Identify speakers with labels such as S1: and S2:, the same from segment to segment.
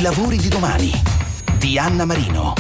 S1: lavori di domani di Anna Marino.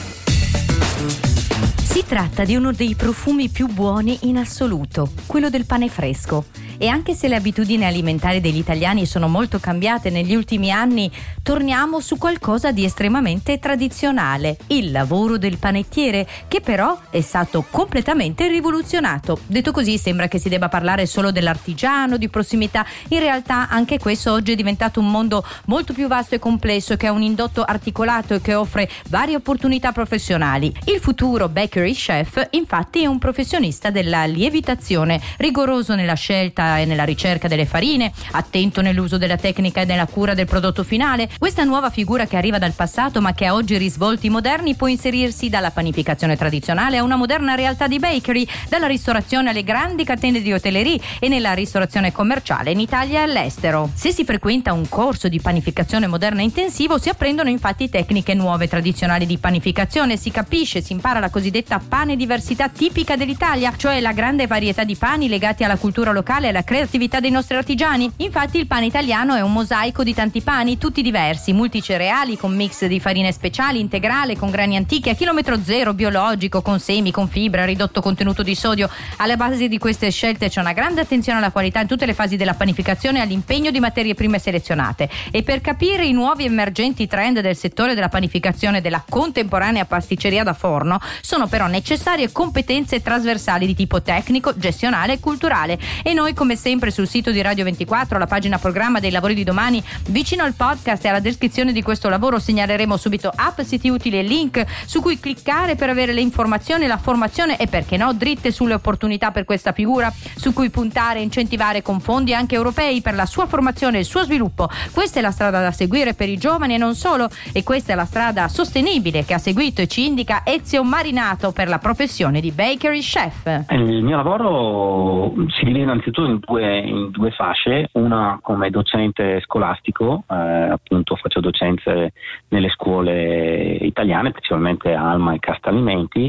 S2: Si tratta di uno dei profumi più buoni in assoluto, quello del pane fresco. E anche se le abitudini alimentari degli italiani sono molto cambiate negli ultimi anni, torniamo su qualcosa di estremamente tradizionale, il lavoro del panettiere, che però è stato completamente rivoluzionato. Detto così sembra che si debba parlare solo dell'artigiano, di prossimità. In realtà anche questo oggi è diventato un mondo molto più vasto e complesso, che ha un indotto articolato e che offre varie opportunità professionali. Il futuro bakery chef infatti è un professionista della lievitazione, rigoroso nella scelta e nella ricerca delle farine, attento nell'uso della tecnica e nella cura del prodotto finale. Questa nuova figura, che arriva dal passato ma che ha oggi risvolti moderni, può inserirsi dalla panificazione tradizionale a una moderna realtà di bakery, dalla ristorazione alle grandi catene di hotellerie e nella ristorazione commerciale in Italia e all'estero. Se si frequenta un corso di panificazione moderna intensivo, si apprendono infatti tecniche nuove tradizionali di panificazione, si capisce, si impara la cosiddetta pane diversità tipica dell'Italia, cioè la grande varietà di pani legati alla cultura locale e alla creatività dei nostri artigiani. Infatti il pane italiano è un mosaico di tanti pani, tutti diversi, multicereali, con mix di farine speciali, integrale, con grani antichi, a chilometro zero, biologico, con semi, con fibra, ridotto contenuto di sodio. Alla base di queste scelte c'è una grande attenzione alla qualità in tutte le fasi della panificazione e all'impegno di materie prime selezionate. E per capire i nuovi emergenti trend del settore della panificazione della contemporanea pasticceria da forno, sono però necessarie competenze trasversali di tipo tecnico, gestionale e culturale. E noi, come sempre, sul sito di Radio 24, alla pagina programma dei lavori di domani, vicino al podcast e alla descrizione di questo lavoro, segnaleremo subito app, siti utili e link su cui cliccare per avere le informazioni, la formazione e, perché no, dritte sulle opportunità per questa figura, su cui puntare e incentivare con fondi anche europei per la sua formazione e il suo sviluppo. Questa è la strada da seguire per i giovani e non solo, e questa è la strada sostenibile che ha seguito e ci indica Ezio Marinato per la professione di bakery chef.
S3: Il mio lavoro si divide innanzitutto in due fasce, una come docente scolastico, appunto faccio docenze nelle scuole italiane, principalmente Alma e Castalimenti.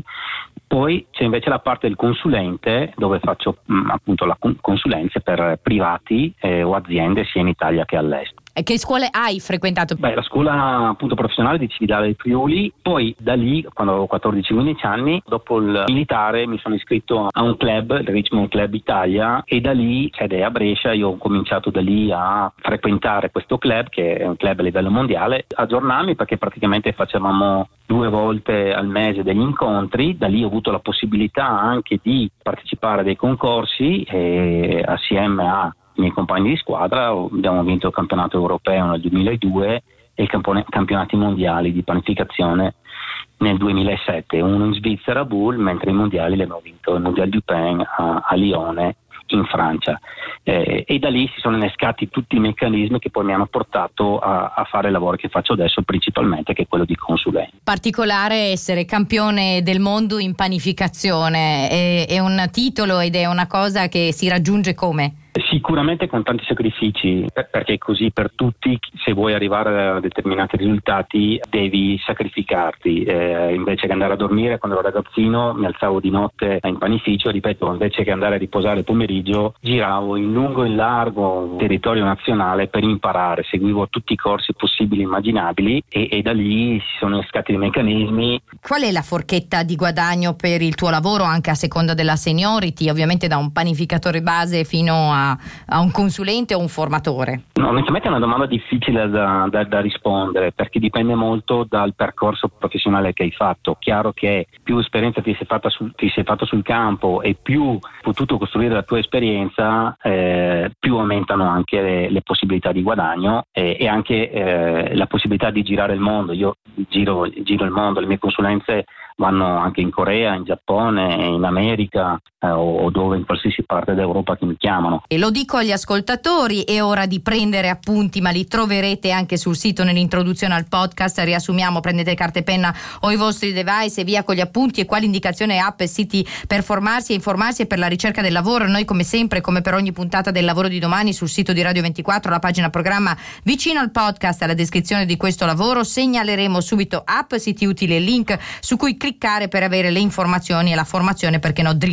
S3: Poi c'è invece la parte del consulente, dove faccio appunto la consulenza per privati o aziende sia in Italia che all'estero.
S2: E che scuole hai frequentato?
S3: La scuola appunto professionale di Cividale del Friuli, poi da lì, quando avevo 14-15 anni, dopo il militare mi sono iscritto a un club, il Richmond Club Italia, e da lì, ed è a Brescia, io ho cominciato da lì a frequentare questo club, che è un club a livello mondiale, aggiornarmi, perché praticamente facevamo 2 volte al mese degli incontri. Da lì ho avuto la possibilità anche di partecipare a dei concorsi e assieme a i miei compagni di squadra abbiamo vinto il campionato europeo nel 2002 e i campionati mondiali di panificazione nel 2007, uno in Svizzera a Bull, mentre i mondiali li abbiamo vinto il Mondial du Pain a Lione in Francia, e da lì si sono innescati tutti i meccanismi che poi mi hanno portato a fare il lavoro che faccio adesso, principalmente, che è quello di consulente.
S2: Particolare essere campione del mondo in panificazione, è un titolo ed è una cosa che si raggiunge come?
S3: Sicuramente con tanti sacrifici, perché è così per tutti. Se vuoi arrivare a determinati risultati devi sacrificarti, invece che andare a dormire. Quando ero ragazzino mi alzavo di notte in panificio, ripeto, invece che andare a riposare il pomeriggio giravo in lungo e in largo il territorio nazionale per imparare, seguivo tutti i corsi possibili e immaginabili, e da lì si sono innescati dei meccanismi.
S2: Qual è la forchetta di guadagno per il tuo lavoro, anche a seconda della seniority, ovviamente da un panificatore base fino a un consulente o un formatore?
S3: No, onestamente è una domanda difficile da rispondere, perché dipende molto dal percorso professionale che hai fatto. Chiaro che più esperienza ti sei fatto sul campo e più potuto costruire la tua esperienza, più aumentano anche le possibilità di guadagno e anche la possibilità di girare il mondo. Io giro il mondo, le mie consulenze vanno anche in Corea, in Giappone, in America o dove, in qualsiasi parte d'Europa che mi chiamano.
S2: E lo dico agli ascoltatori, è ora di prendere appunti, ma li troverete anche sul sito nell'introduzione al podcast. Riassumiamo: prendete carta e penna o i vostri device e via con gli appunti e quali indicazioni, app e siti per formarsi e informarsi e per la ricerca del lavoro. Noi, come sempre, come per ogni puntata del lavoro di domani, sul sito di Radio 24, la pagina programma vicino al podcast, alla descrizione di questo lavoro, segnaleremo subito app, siti utili e link su cui cliccare per avere le informazioni e la formazione, perché no, dritte sulle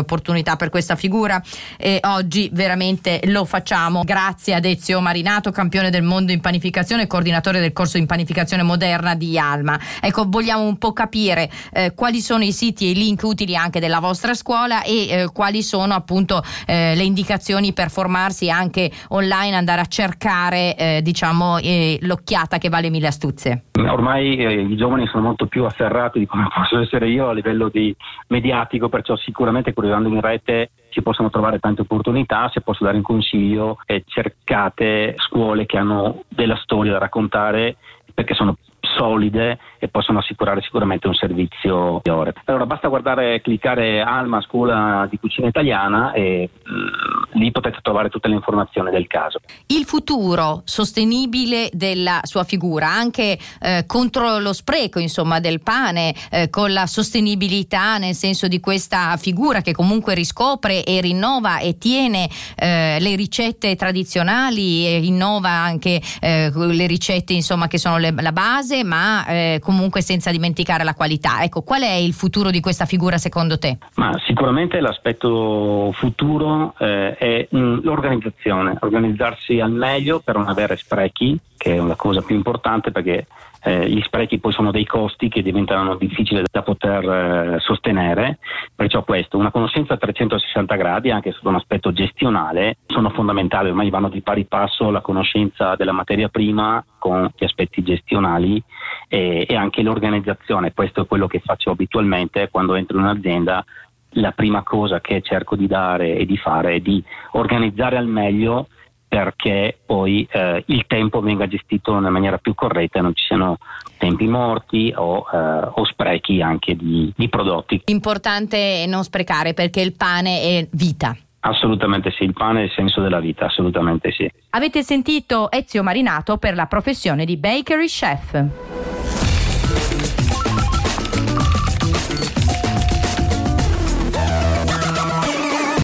S2: l'opportunità per questa figura e oggi veramente lo facciamo. Grazie ad Ezio Marinato, campione del mondo in panificazione e coordinatore del corso in panificazione moderna di Alma. Ecco, vogliamo un po' capire quali sono i siti e i link utili anche della vostra scuola e quali sono appunto le indicazioni per formarsi anche online, andare a cercare l'occhiata che vale mille astuzie.
S3: Ormai i giovani sono molto più afferrati di come posso essere io a livello di mediatico, perciò sicuramente curiosando in rete si possono trovare tante opportunità. Se posso dare un consiglio, cercate scuole che hanno della storia da raccontare, perché sono solide e possono assicurare sicuramente un servizio migliore. Allora basta cliccare Alma Scuola di Cucina Italiana e lì potete trovare tutte le informazioni del caso.
S2: Il futuro sostenibile della sua figura, anche contro lo spreco del pane, con la sostenibilità nel senso di questa figura che comunque riscopre e rinnova e tiene le ricette tradizionali e innova anche le ricette che sono la base, ma comunque senza dimenticare la qualità. Ecco, qual è il futuro di questa figura secondo te?
S3: Ma sicuramente l'aspetto futuro è l'organizzazione, organizzarsi al meglio per non avere sprechi, che è la cosa più importante, perché gli sprechi poi sono dei costi che diventano difficili da poter sostenere. Perciò una conoscenza a 360 gradi anche su un aspetto gestionale sono fondamentali. Ormai vanno di pari passo la conoscenza della materia prima con gli aspetti gestionali e anche l'organizzazione. Questo è quello che faccio abitualmente quando entro in un'azienda. La prima cosa che cerco di dare e di fare è di organizzare al meglio, perché poi il tempo venga gestito nella maniera più corretta e non ci siano tempi morti o sprechi anche di prodotti.
S2: L'importante è non sprecare, perché il pane è vita.
S3: Assolutamente sì, il pane è il senso della vita, assolutamente sì.
S2: Avete sentito Ezio Marinato per la professione di Bakery Chef.